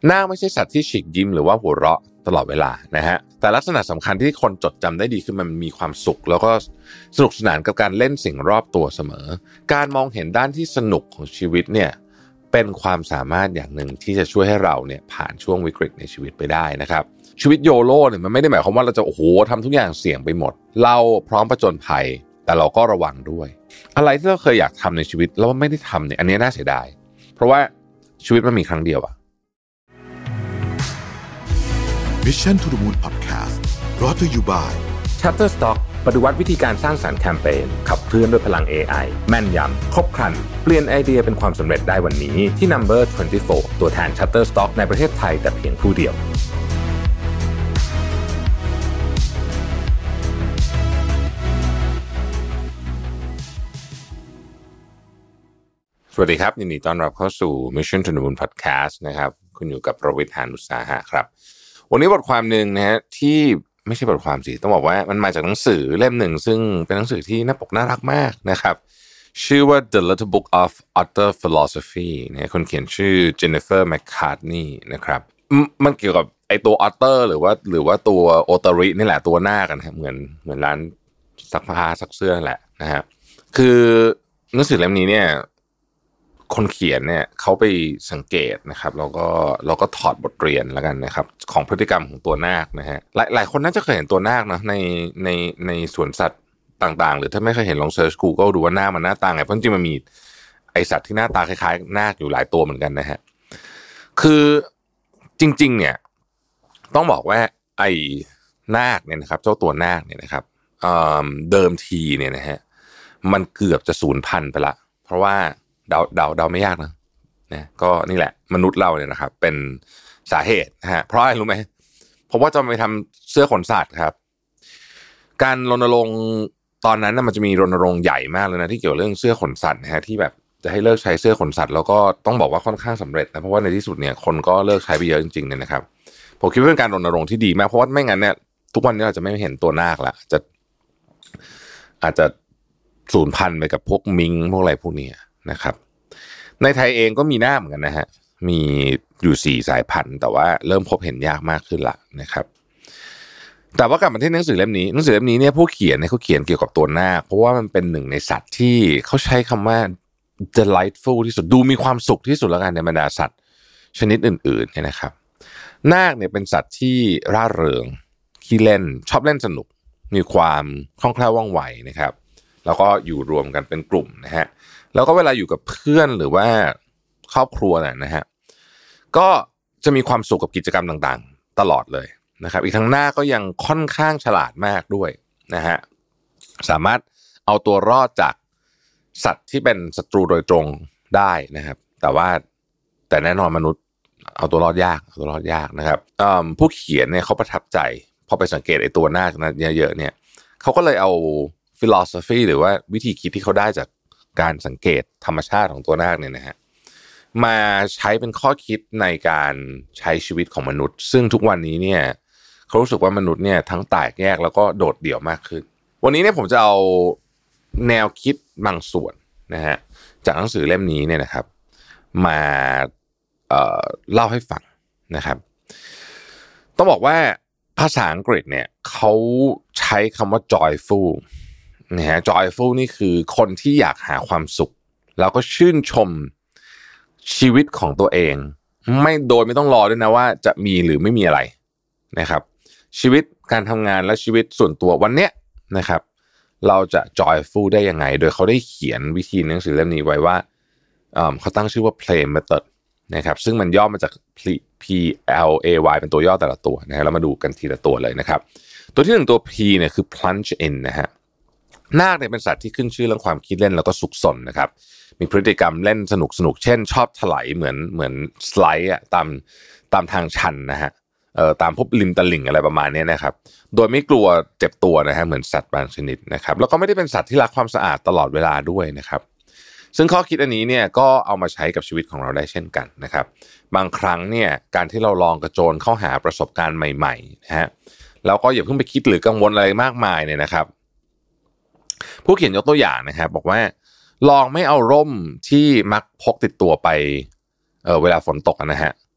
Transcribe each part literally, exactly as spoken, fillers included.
นาคไม่ใช่สัตว์ที่ฉีกยิ้มหรือว่าหัวเราะตลอดเวลานะฮะแต่ลักษณะสำคัญที่คนจดจำได้ดีคือมันมีความสุขแล้วก็สนุกสนานกับการเล่นสิ่งรอบตัวเสมอการมองเห็นด้านที่สนุกของชีวิตเนี่ยเป็นความสามารถอย่างหนึ่งที่จะช่วยให้เราเนี่ยผ่านช่วงวิกฤตในชีวิตไปได้นะครับชีวิตโยโร่เนี่ยมันไม่ได้หมายความว่าเราจะโอ้โหทำทุกอย่างเสี่ยงไปหมดเราพร้อมผจญภัยแต่เราก็ระวังด้วยอะไรที่เราเคยอยากทำในชีวิตแล้วไม่ได้ทำเนี่ยอันนี้น่าเสียดายเพราะว่าชีวิตมันมีครั้งเดียวอะ Mission to the Moon Podcast brought to you by Shutterstock ปฏิวัติวิธีการสร้างสรรค์แคมเปญขับเคลื่อนด้วยพลัง เอ ไอ แม่นยำครบครันเปลี่ยนไอเดียเป็นความสำเร็จได้วันนี้ที่ Number ยี่สิบสี่ ตัวแทน Shutterstock ในประเทศไทยแต่เพียงผู้เดียวสวัสดีครับยินดีต้อนรับเข้าสู่ Mission to the Moon Podcast นะครับคุณอยู่กับประวิทย์ หาญอุตสาหะครับวันนี้บทความนึงนะฮะที่ไม่ใช่บทความสิต้องบอกว่ามันมาจากหนังสือเล่มหนึ่งซึ่งเป็นหนังสือที่หน้าปกน่ารักมากนะครับชื่อว่า The Little Book of Utter Philosophy นะคนเขียนชื่อ Jennifer McCartney นะครับมันเกี่ยวกับไอตัว Otter หรือว่าหรือว่าตัว Otari นี่แหละตัวหน้ากันครับเหมือนเหมือนร้านซักผ้าซักเสื้อแหละนะฮะคือหนังสือเล่มนี้เนี่ยคนเขียนเนี่ยเขาไปสังเกตนะครับแล้วก็เราก็ถอดบทเรียนแล้วกันนะครับของพฤติกรรมของตัวนาคนะฮะหลายหลายคนน่าจะเคยเห็นตัวนาคนะในในในสวนสัตว์ต่างๆหรือถ้าไม่เคยเห็นลองเซิร์ช Google ดูว่านาคมันหน้าตาไงเพราะจริงๆมันมีไอสัตว์ที่หน้าตาคล้ายๆนาคอยู่หลายตัวเหมือนกันนะฮะคือจริงๆเนี่ยต้องบอกว่าไอนาคเนี่ยนะครับเจ้าตัวนาคเนี่ยนะครับเอ่อเดิมทีเนี่ยนะฮะมันเกือบจะสูญพันธุ์ไปละเพราะว่าเดาเดาเดาไม่ยากนะนะก็นี่แหละมนุษย์เราเนี่ยนะครับเป็นสาเหตุนะฮะเพราะอะไรรู้ไหมเพราะว่าจะไปทำเสื้อขนสัตว์ครับการรณรงค์ตอนนั้นนะมันจะมีรณรงค์ใหญ่มากเลยนะที่เกี่ยวเรื่องเสื้อขนสัตว์นะฮะที่แบบจะให้เลิกใช้เสื้อขนสัตว์แล้วก็ต้องบอกว่าค่อนข้างสำเร็จนะเพราะว่าในที่สุดเนี่ยคนก็เลิกใช้ไปเยอะจริงๆเนี่ยนะครับผมคิดว่าเป็นการรณรงค์ที่ดีมากเพราะว่าไม่งั้นเนี่ยทุกวันนี้เราจะไม่เห็นตัวนาคละจะอาจจะสูญพันธุ์ไปกับพวกมิงพวกอะไรพวกนี้นะครับในไทยเองก็มีนาคเหมือนกันนะฮะมีอยู่สี่สายพันธุ์แต่ว่าเริ่มพบเห็นยากมากขึ้นละนะครับแต่ว่ากลับมาที่หนังสือเล่มนี้หนังสือเล่มนี้เนี่ยผู้เขียนเนี่ยเขาเขียนเกี่ยวกับตัวนาคเพราะว่ามันเป็นหนึ่งในสัตว์ที่เขาใช้คำว่า delightful ที่สุดดูมีความสุขที่สุดแล้วกันในบรรดาสัตว์ชนิดอื่นๆเนี่ยนะครับนาคเนี่ยเป็นสัตว์ที่ร่าเริงขี้เล่นชอบเล่นสนุกมีความคล่องแคล่วว่องไวนะครับแล้วก็อยู่รวมกันเป็นกลุ่มนะฮะแล้วก็เวลาอยู่กับเพื่อนหรือว่าครอบครัวเนี่ยนะฮะก็จะมีความสุขกับกิจกรรมต่างๆตลอดเลยนะครับอีกทั้งหน้าก็ยังค่อนข้างฉลาดมากด้วยนะฮะสามารถเอาตัวรอดจากสัตว์ที่เป็นศัตรูโดยตรงได้นะครับแต่ว่าแต่แน่นอนมนุษย์เอาตัวรอดยากเอาตัวรอดยากนะครับผู้เขียนเนี่ยเขาประทับใจพอไปสังเกตไอ้ตัวหน้านั้นเยอะๆเนี่ยเขาก็เลยเอา philosophy หรือว่าวิธีคิดที่เขาได้จากการสังเกตธรรมชาติของตัวนาคเนี่ยนะฮะมาใช้เป็นข้อคิดในการใช้ชีวิตของมนุษย์ซึ่งทุกวันนี้เนี่ยเขารู้สึกว่ามนุษย์เนี่ยทั้งแตกแยกแล้วก็โดดเดี่ยวมากขึ้นวันนี้เนี่ยผมจะเอาแนวคิดบางส่วนนะฮะจากหนังสือเล่มนี้เนี่ยนะครับมาเอ่อเล่าให้ฟังนะครับต้องบอกว่าภาษาอังกฤษเนี่ยเขาใช้คำว่า joyfulนะฮะ joyful นี่คือคนที่อยากหาความสุขแล้วก็ชื่นชมชีวิตของตัวเองไม่โดยไม่ต้องรอด้วยนะว่าจะมีหรือไม่มีอะไรนะครับชีวิตการทำงานและชีวิตส่วนตัววันเนี้ยนะครับเราจะ joyful ได้ยังไงโดยเขาได้เขียนวิธีหนังสือเล่มนี้ไว้ว่าเขาตั้งชื่อว่า play method นะครับซึ่งมันย่อมาจาก P L A Y เป็นตัวย่อแต่ละตัวนะฮะเรามาดูกันทีละตัวเลยนะครับตัวที่หนึ่งตัว P เนี่ยคือ plunge in นะฮะนาคเนี่ยเป็นสัตว์ที่ขึ้นชื่อเรื่องความคิดเล่นแล้วก็สุขสนนะครับมีพฤติกรรมเล่นสนุกสนุกเช่นชอบถลายเหมือนเหมือนสไลด์อ่ะตามตามทางชันนะฮะเอ่อตามพวกริมตลิ่งอะไรประมาณนี้นะครับโดยไม่กลัวเจ็บตัวนะฮะเหมือนสัตว์บางชนิดนะครับแล้วก็ไม่ได้เป็นสัตว์ที่รักความสะอาดตลอดเวลาด้วยนะครับซึ่งข้อคิดอันนี้เนี่ยก็เอามาใช้กับชีวิตของเราได้เช่นกันนะครับบางครั้งเนี่ยการที่เราลองกระโจนเข้าหาประสบการณ์ใหม่ๆนะฮะแล้วก็อย่าเพิ่งไปคิดหรือกังวลอะไรมากมายเนี่ยนะครับผู้เขียนยกตัวอย่างนะครับบอกว่าลองไม่เอาร่มที่มักพกติดตัวไปเออเวลาฝนตกนะฮะ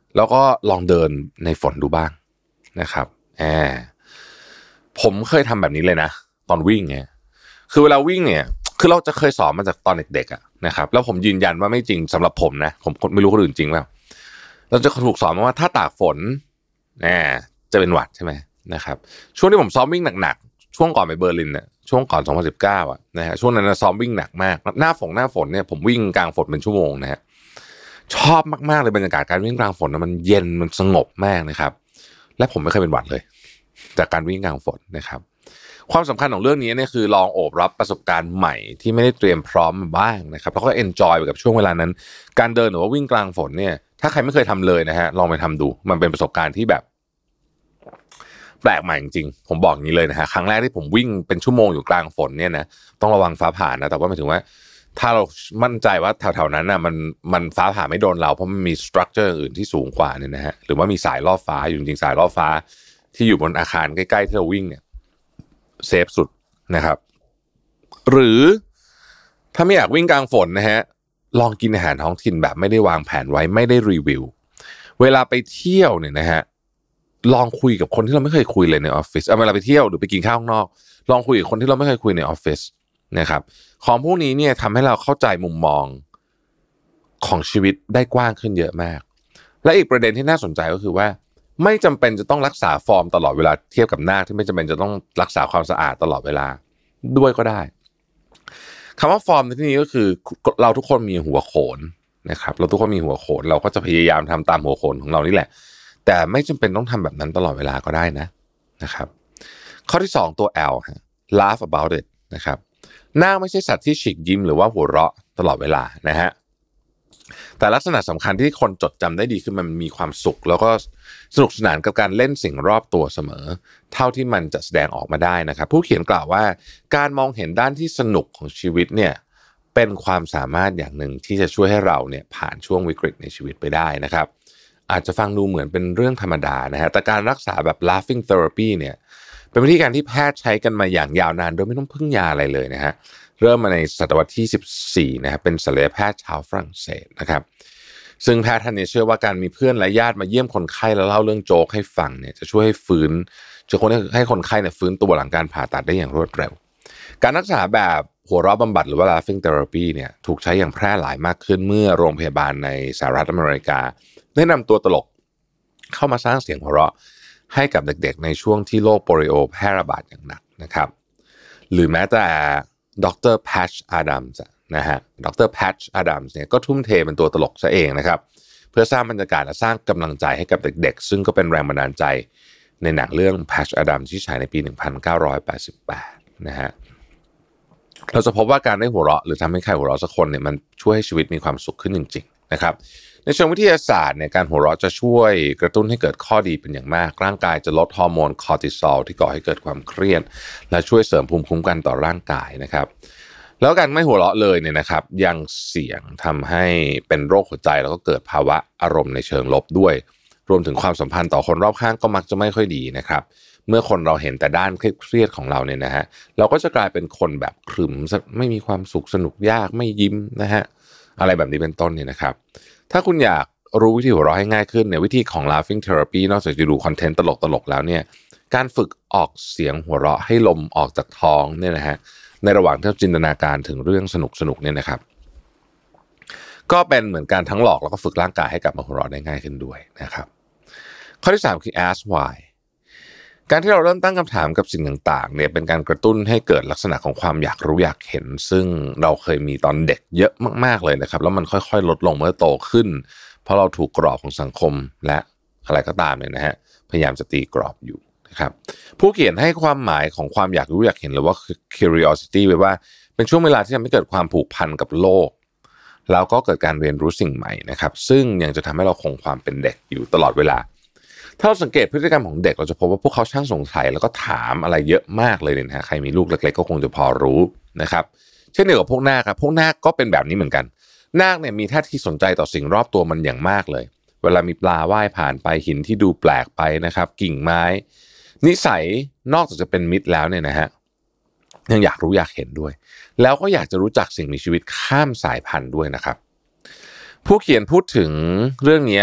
แล้วก็ลองเดินในฝนดูบ้างนะครับแอบผมเคยทำแบบนี้เลยนะตอนวิ่งเนี่ยคือเวลาวิ่งเนี่ยคือเราจะเคยสอนมาจากตอนเด็กๆอ่ะนะครับแล้วผมยืนยันว่าไม่จริงสำหรับผมนะผมไม่รู้คนอื่นจริงเปล่าเราจะถูกสอนมาว่าถ้าตากฝนแอบจะเป็นหวัดใช่ไหมนะครับช่วงที่ผมซ้อมวิ่งหนักๆช่วงก่อนไปเบอร์ลินเนี่ยช่วงก่อนสองพันสิบเก้าอ่ะนะฮะช่วงนั้นซ้อมวิ่งหนักมากหน้าฝนหน้าฝนเนี่ยผมวิ่งกลางฝนเป็นชั่วโมงนะฮะชอบมากๆเลยบรรยากาศการวิ่งกลางฝนนะมันเย็นมันสงบมากนะครับและผมไม่เคยเป็นหวัดเลยจากการวิ่งกลางฝนนะครับความสำคัญของเรื่องนี้เนี่ยคือลองโอบรับประสบการณ์ใหม่ที่ไม่ได้เตรียมพร้อมมาบ้างนะครับแล้วก็เอนจอยไปกับช่วงเวลานั้นการเดินหรือว่าวิ่งกลางฝนเนี่ยถ้าใครไม่เคยทำเลยนะฮะลองไปทำดูมันเป็นประสบการณ์ที่แบบแปลกใหม่จริงๆผมบอกอย่างนี้เลยนะฮะครั้งแรกที่ผมวิ่งเป็นชั่วโมงอยู่กลางฝนเนี่ยนะต้องระวังฟ้าผ่านะแต่ว่าหมายถึงว่าถ้าเรามั่นใจว่าแถวๆนั้นน่ะมันมันฟ้าผ่าไม่โดนเราเพราะมันมีสตรัคเจอร์อื่นที่สูงกว่าเนี่ยนะฮะหรือว่ามีสายล่อฟ้าอยู่จริงๆสายล่อฟ้าที่อยู่บนอาคารใกล้ๆที่เราวิ่งเนี่ยเซฟสุดนะครับหรือถ้าไม่อยากวิ่งกลางฝนนะฮะลองกินอาหารท้องถิ่นแบบไม่ได้วางแผนไว้ไม่ได้รีวิวเวลาไปเที่ยวเนี่ยนะฮะลองคุยกับคนที่เราไม่เคยคุยเลยในออฟฟิศเอาเวลาไปเที่ยวหรือไปกินข้าวข้างนอกลองคุยกับคนที่เราไม่เคยคุยในออฟฟิศนะครับของพวกนี้เนี่ยทำให้เราเข้าใจมุมมองของชีวิตได้กว้างขึ้นเยอะมากและอีกประเด็นที่น่าสนใจก็คือว่าไม่จำเป็นจะต้องรักษาฟอร์มตลอดเวลาเทียบกับนาคที่ไม่จำเป็นจะต้องรักษาความสะอาดตลอดเวลาด้วยก็ได้คำว่าฟอร์มในที่นี้ก็คือเราทุกคนมีหัวโขนนะครับเราทุกคนมีหัวโขนเราก็จะพยายามทำตามหัวโขนของเรานี่แหละแต่ไม่จำเป็นต้องทำแบบนั้นตลอดเวลาก็ได้นะนะครับข้อที่สองตัว L ฮะ laugh about it นะครับนาคไม่ใช่สัตว์ที่ฉีกยิ้มหรือว่าหัวเราะตลอดเวลานะฮะแต่ลักษณะสำคัญที่คนจดจำได้ดีคือมันมีความสุขแล้วก็สนุกสนานกับการเล่นสิ่งรอบตัวเสมอเท่าที่มันจะแสดงออกมาได้นะครับผู้เขียนกล่าวว่าการมองเห็นด้านที่สนุกของชีวิตเนี่ยเป็นความสามารถอย่างหนึ่งที่จะช่วยให้เราเนี่ยผ่านช่วงวิกฤตในชีวิตไปได้นะครับอาจจะฟังดูเหมือนเป็นเรื่องธรรมดานะฮะแต่การรักษาแบบ laughing therapy เนี่ยเป็นวิธีการที่แพทย์ใช้กันมาอย่างยาวนานโดยไม่ต้องพึ่งยาอะไรเลยนะฮะเริ่มมาในศตวรรษที่สิบสี่นะครับเป็นศัลยแพทย์ชาวฝรั่งเศสนะครับซึ่งแพทย์ท่านนี้เชื่อว่าการมีเพื่อนและญาติมาเยี่ยมคนไข้แล้วเล่าเรื่องโจ๊กให้ฟังเนี่ยจะช่วยให้ฟื้นจะคนให้คนไข้เนี่ยฟื้นตัวหลังการผ่าตัดได้อย่างรวดเร็วการรักษาแบบหัวเราะบำบัดหรือว่า laughing therapy เนี่ยถูกใช้อย่างแพร่หลายมากขึ้นเมื่อโรงพยาบาลในสหรัฐอเมริกาได้นำตัวตลกเข้ามาสร้างเสียงหัวเราะให้กับเด็กๆในช่วงที่โรคโปลิโอแพร่ระบาดอย่างหนักนะครับหรือแม้แต่ดร. Patch Adams นะฮะดร. Patch Adams เนี่ยก็ทุ่มเทเป็นตัวตลกซะเองนะครับเพื่อสร้างบรรยากาศและสร้างกำลังใจให้กับเด็กๆซึ่งก็เป็นแรงบันดาลใจในหนังเรื่อง Patch Adams ที่ฉายในปีหนึ่งพันเก้าร้อยแปดสิบแปดนะฮะเราจะพบว่าการได้หัวเราะหรือทำให้ใครหัวเราะสักคนเนี่ยมันช่วยให้ชีวิตมีความสุขขึ้นจริงๆนะครับในเชิงวิทยาศาสตร์เนี่ยการหัวเราะจะช่วยกระตุ้นให้เกิดข้อดีเป็นอย่างมากร่างกายจะลดฮอร์โมนคอร์ติซอลที่ก่อให้เกิดความเครียดและช่วยเสริมภูมิคุ้มกันต่อร่างกายนะครับแล้วการไม่หัวเราะเลยเนี่ยนะครับยังเสี่ยงทำให้เป็นโรคหัวใจแล้วก็เกิดภาวะอารมณ์ในเชิงลบด้วยรวมถึงความสัมพันธ์ต่อคนรอบข้างก็มักจะไม่ค่อยดีนะครับเมื่อคนเราเห็นแต่ด้านเครียดของเราเนี่ยนะฮะเราก็จะกลายเป็นคนแบบขรึมไม่มีความสุขสนุกยากไม่ยิ้มนะฮะอะไรแบบนี้เป็นต้นเนี่ยนะครับถ้าคุณอยากรู้วิธีหัวเราะให้ง่ายขึ้นเนี่ยวิธีของ laughing therapy นอกจากจะดูคอนเทนต์ตลกๆแล้วเนี่ยการฝึกออกเสียงหัวเราะให้ลมออกจากท้องเนี่ยนะฮะในระหว่างที่เราจินตนาการถึงเรื่องสนุกๆเนี่ยนะครับก็เป็นเหมือนการทั้งหลอกแล้วก็ฝึกร่างกายให้กลับมาหัวเราะได้ง่ายขึ้นด้วยนะครับข้อที่สามคือ ask why การที่เราเริ่มตั้งคำถามกับสิ่งต่างๆเนี่ยเป็นการกระตุ้นให้เกิดลักษณะของความอยากรู้อยากเห็นซึ่งเราเคยมีตอนเด็กเยอะมากๆเลยนะครับแล้วมันค่อยๆลดลงเมื่อโตขึ้นเพราะเราถูกกรอบของสังคมและอะไรก็ตามเนี่ยนะฮะพยายามจะตีกรอบอยู่นะครับผู้เขียนให้ความหมายของความอยากรู้อยากเห็นหรือว่า curiosity ไว้ว่าเป็นช่วงเวลาที่ทำให้เกิดความผูกพันกับโลกแล้วก็เกิดการเรียนรู้สิ่งใหม่นะครับซึ่งยังจะทำให้เราคงความเป็นเด็กอยู่ตลอดเวลาถ้าเราสังเกตพฤติกรรมของเด็กเราจะพบว่าพวกเขาช่างสงสัยแล้วก็ถามอะไรเยอะมากเลยเนี่ยนะฮะใครมีลูกเล็กๆก็คงจะพอรู้นะครับเช่นเดียวกับพวกนาคครับพวกนาคก็เป็นแบบนี้เหมือนกันนาคเนี่ยมีท่าทีสนใจต่อสิ่งรอบตัวมันอย่างมากเลยเวลามีปลาว่ายผ่านไปหินที่ดูแปลกไปนะครับกิ่งไม้นิสัยนอกจากจะเป็นมิตรแล้วเนี่ยนะฮะยังอยากรู้อยากเห็นด้วยแล้วก็อยากจะรู้จักสิ่งมีชีวิตข้ามสายพันธุ์ด้วยนะครับผู้เขียนพูดถึงเรื่องนี้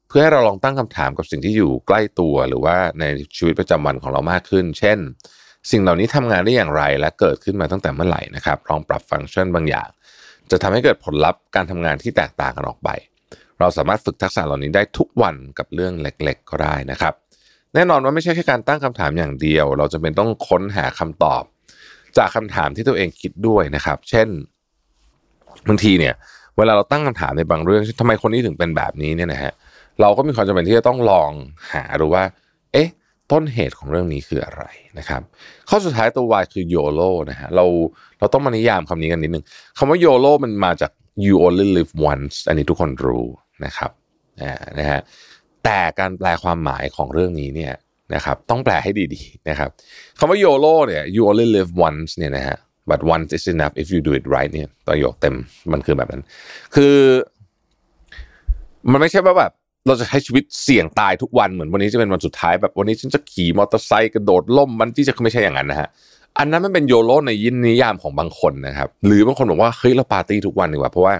เพื่อให้เราลองตั้งคำถามกับสิ่งที่อยู่ใกล้ตัวหรือว่าในชีวิตประจำวันของเรามากขึ้นเช่นสิ่งเหล่านี้ทำงานได้อย่างไรและเกิดขึ้นมาตั้งแต่เมื่อไหร่นะครับลองปรับฟังก์ชันบางอย่างจะทำให้เกิดผลลัพธ์การทำงานที่แตกต่างกันออกไปเราสามารถฝึกทักษะเหล่านี้ได้ทุกวันกับเรื่องเล็กๆก็ได้นะครับแน่นอนว่าไม่ใช่แค่การตั้งคำถามอย่างเดียวเราจะเป็นต้องค้นหาคำตอบจากคำถามที่ตัวเองคิดด้วยนะครับเช่นบางทีเนี่ยเวลาเราตั้งคำถามในบางเรื่องทำไมคนนี้ถึงเป็นแบบนี้เนี่ยนะฮะเราก็มีความจำเป็นที่จะต้องลองหาดูว่าเอ๊ะต้นเหตุของเรื่องนี้คืออะไรนะครับข้อสุดท้ายตัว Y คือ โยโล นะฮะเราเราต้องมานิยามคำนี้กันนิดนึงคำว่า โยโล มันมาจาก you only live once อันนี้ทุกคนรู้นะครับนะฮะแต่การแปลความหมายของเรื่องนี้เนี่ยนะครับต้องแปลให้ดีๆนะครับคำว่า โยโล เนี่ย you only live once เนี่ยนะฮะbut once is enough if you do it right เนี่ยประโยคเต็มมันคือแบบนั้นคือมันไม่ใช่ว่าแบบเราจะใช้ชีวิตเสี่ยงตายทุกวันเหมือนวันนี้จะเป็นวันสุดท้ายแบบวันนี้ฉันจะขี่มอเตอร์ไซค์กระโดดล่มมันที่จะไม่ใช่อย่างนั้นนะฮะอันนั้นมันเป็นโยโลในยินนิยามของบางคนนะครับหรือบางคนบอกว่าเฮ้ยเราปาร์ตี้ทุกวันดีกว่าเพราะว่า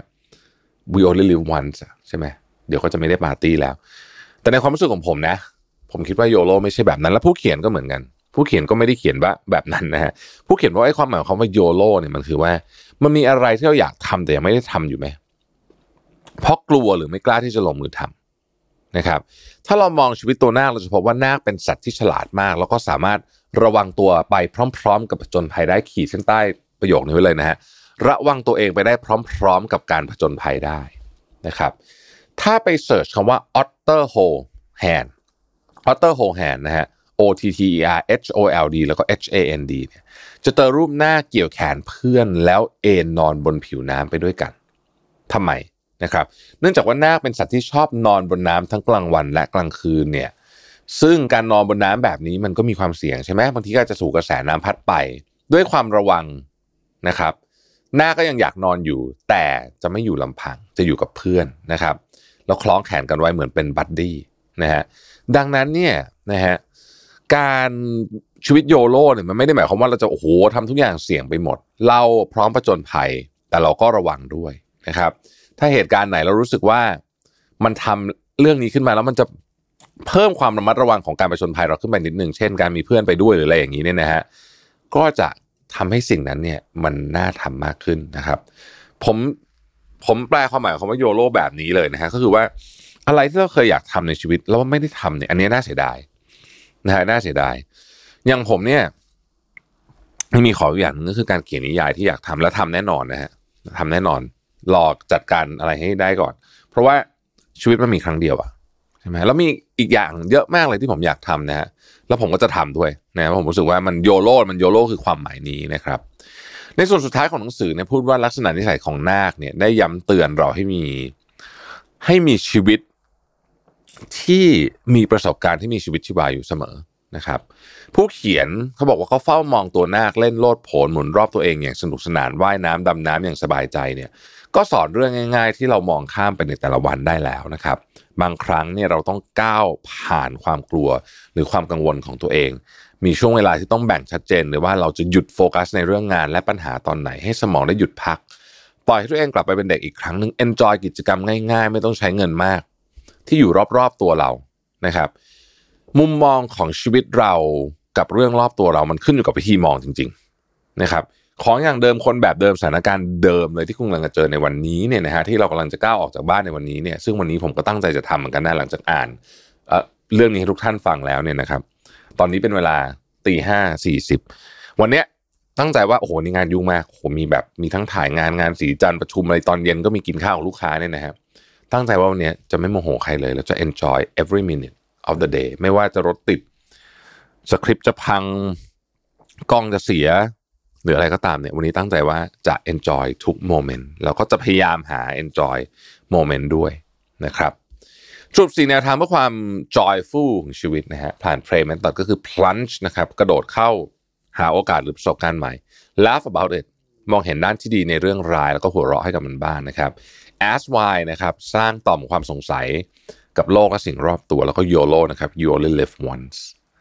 we only live once ใช่ไหมเดี๋ยวก็จะไม่ได้ปาร์ตี้แล้วแต่ในความรู้สึกของผมนะผมคิดว่าโยโลไม่ใช่แบบนั้นและผู้เขียนก็เหมือนกันผู้เขียนก็ไม่ได้เขียนว่าแบบนั้นนะฮะผู้เขียนว่าไอ้ความหมายของคำว่าโยโลเนี่ยมันคือว่ามันมีอะไรที่เราอยากทำแต่ยังไม่ได้ทำอยู่ไหมเพราะกลัวหรือไม่กล้าที่จะลงมือทำนะครับถ้าเรามองชีวิตตัวนาคเราจะพบว่านาคเป็นสัตว์ที่ฉลาดมากแล้วก็สามารถระวังตัวไปพร้อมๆกับผจญภัยได้ขีดเส้นใต้ประโยคนี้ไว้เลยนะฮะระวังตัวเองไปได้พร้อมๆกับการผจญภัยได้นะครับถ้าไปเสิร์ชคำว่า Otter Hold Hand Otter Hold Hand นะฮะO T T E R H O L D แล้วก็ H A N D เนี่ยจะเจอรูปหน้าเกี่ยวแขนเพื่อนแล้วเอนนอนบนผิวน้ำไปด้วยกันทำไมนะครับเนื่องจากว่านาคเป็นสัตว์ที่ชอบนอนบนน้ำทั้งกลางวันและกลางคืนเนี่ยซึ่งการนอนบนน้ำแบบนี้มันก็มีความเสี่ยงใช่ไหมบางทีก็จะถูกกระแสน้ำพัดไปด้วยความระวังนะครับนาคก็ยังอยากนอนอยู่แต่จะไม่อยู่ลำพังจะอยู่กับเพื่อนนะครับแล้วคล้องแขนกันไว้เหมือนเป็นบัดดี้นะฮะดังนั้นเนี่ยนะฮะการชีวิตโยโลเนี่ยมันไม่ได้หมายความว่าเราจะโอ้โหทำทุกอย่างเสี่ยงไปหมดเราพร้อมผจญภัยแต่เราก็ระวังด้วยนะครับถ้าเหตุการณ์ไหนเรารู้สึกว่ามันทำเรื่องนี้ขึ้นมาแล้วมันจะเพิ่มความระมัดระวังของการผจญภัยเราขึ้นไปนิดนึงเช่นการมีเพื่อนไปด้วยหรืออะไรอย่างนี้เนี่ยนะฮะก็จะทำให้สิ่งนั้นเนี่ยมันน่าทำมากขึ้นนะครับผมผมแปลความหมายของคำว่าโยโลแบบนี้เลยนะฮะก็คือว่าอะไรที่เราเคยอยากทำในชีวิตแล้วไม่ได้ทำเนี่ยอันนี้น่าเสียดายนะฮะน่าเสียดายอย่างผมเนี่ยมีขออย่างนึงก็คือการเขียนนิยายที่อยากทำและทำแน่นอนนะฮะทำแน่นอนรอจัดการอะไรให้ได้ก่อนเพราะว่าชีวิตมันมีครั้งเดียวอะใช่ไหมแล้วมีอีกอย่างเยอะมากเลยที่ผมอยากทำนะฮะแล้วผมก็จะทำด้วยนะผมรู้สึกว่ามันโยโลมันโยโลคือความหมายนี้นะครับในส่วนสุดท้ายของหนังสือเนี่ยพูดว่าลักษณะนิสัยของนาคเนี่ยได้ย้ำเตือนเราให้มีให้มีชีวิตที่มีประสบการณ์ที่มีชีวิตชีวาอยู่เสมอนะครับผู้เขียนเขาบอกว่าเขาเฝ้ามองตัวนาคเล่นโลดโผนหมุนรอบตัวเองอย่างสนุกสนานว่ายน้ำดำน้ำอย่างสบายใจเนี่ยก็สอนเรื่องง่ายๆที่เรามองข้ามไปในแต่ละวันได้แล้วนะครับบางครั้งเนี่ยเราต้องก้าวผ่านความกลัวหรือความกังวลของตัวเองมีช่วงเวลาที่ต้องแบ่งชัดเจนเลยว่าเราจะหยุดโฟกัสในเรื่องงานและปัญหาตอนไหนให้สมองได้หยุดพักปล่อยให้ตัวเองกลับไปเป็นเด็กอีกครั้งนึง enjoy กิจกรรมง่ายๆไม่ต้องใช้เงินมากที่อยู่รอบๆตัวเรานะครับมุมมองของชีวิตเรากับเรื่องรอบตัวเรามันขึ้นอยู่กับวิธีมองจริงๆนะครับของอย่างเดิมคนแบบเดิมสถานการณ์เดิมเลยที่คุณกำลังจะเจอในวันนี้เนี่ยนะฮะที่เรากำลังจะก้าวออกจากบ้านในวันนี้เนี่ยซึ่งวันนี้ผมก็ตั้งใจจะทำเหมือนกันนะหลังจากอ่านเอ่อเรื่องนี้ให้ทุกท่านฟังแล้วเนี่ยนะครับตอนนี้เป็นเวลาตีห้าสี่สิบวันเนี้ยตั้งใจว่าโอ้โหนี่งานยุ่งมากโอ้โหมีแบบมีทั้งถ่ายงานงานสีจันทร์ประชุมอะไรตอนเย็นก็มีกินข้าวกับลูกค้าเนี่ยนะครับตั้งใจว่าวันนี้จะไม่โมโหใครเลยแล้วจะ enjoy every minute of the day ไม่ว่าจะรถติดสคริปต์จะพังกล้องจะเสียหรืออะไรก็ตามเนี่ยวันนี้ตั้งใจว่าจะ enjoy ทุกโมเมนต์แล้วก็จะพยายามหา enjoy โมเมนต์ด้วยนะครับสรุปสี่แนวทางเพื่อความ joyful ของชีวิตนะฮะผ่าน Play Method ก็คือ plunge นะครับกระโดดเข้าหาโอกาสหรือประสบการณ์ใหม่ laugh about it มองเห็นด้านที่ดีในเรื่องร้ายแล้วก็หัวเราะให้กับมันบ้างนะครับ ask why นะครับสร้างต่อมความสงสัยกับโลกและสิ่งรอบตัวแล้วก็ โยโล นะครับ you only live once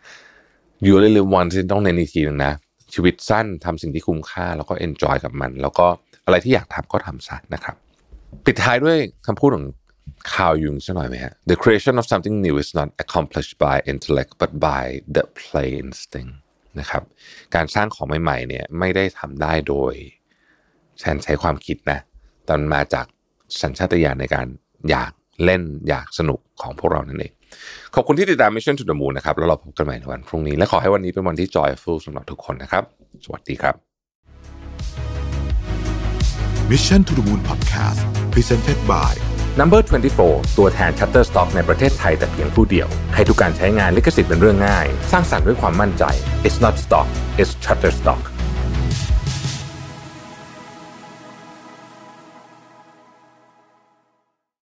you only live once ต้องเน้นอีกทีนึงนะชีวิตสั้นทำสิ่งที่คุ้มค่าแล้วก็ enjoy กับมันแล้วก็อะไรที่อยากทำก็ทำซะนะครับปิดท้ายด้วยคำพูดของข่าวยุงซะหน่อยไหมฮะ The creation of something new is not accomplished by intellect but by the play instinct นะครับการสร้างของใหม่ๆเนี่ยไม่ได้ทำได้โดยแทนใช้ความคิดนะแต่มันมาจากสัญชาตญาณในการอยากเล่นอยากสนุกของพวกเรานั่นเองขอบคุณที่ติดตาม Mission to the Moon นะครับแล้วเราพบกันใหม่ในวันพรุ่งนี้และขอให้วันนี้เป็นวันที่ joyful สำหรับทุกคนนะครับสวัสดีครับ Mission to the Moon Podcast Presented by Number ยี่สิบสี่ ตัวแทน Shutterstock ในประเทศไทยแต่เพียงผู้เดียวให้ทุกการใช้งานลิขสิทธิ์เป็นเรื่องง่ายสร้างสรรค์ด้วยความมั่นใจ It's not stock, it's Shutterstock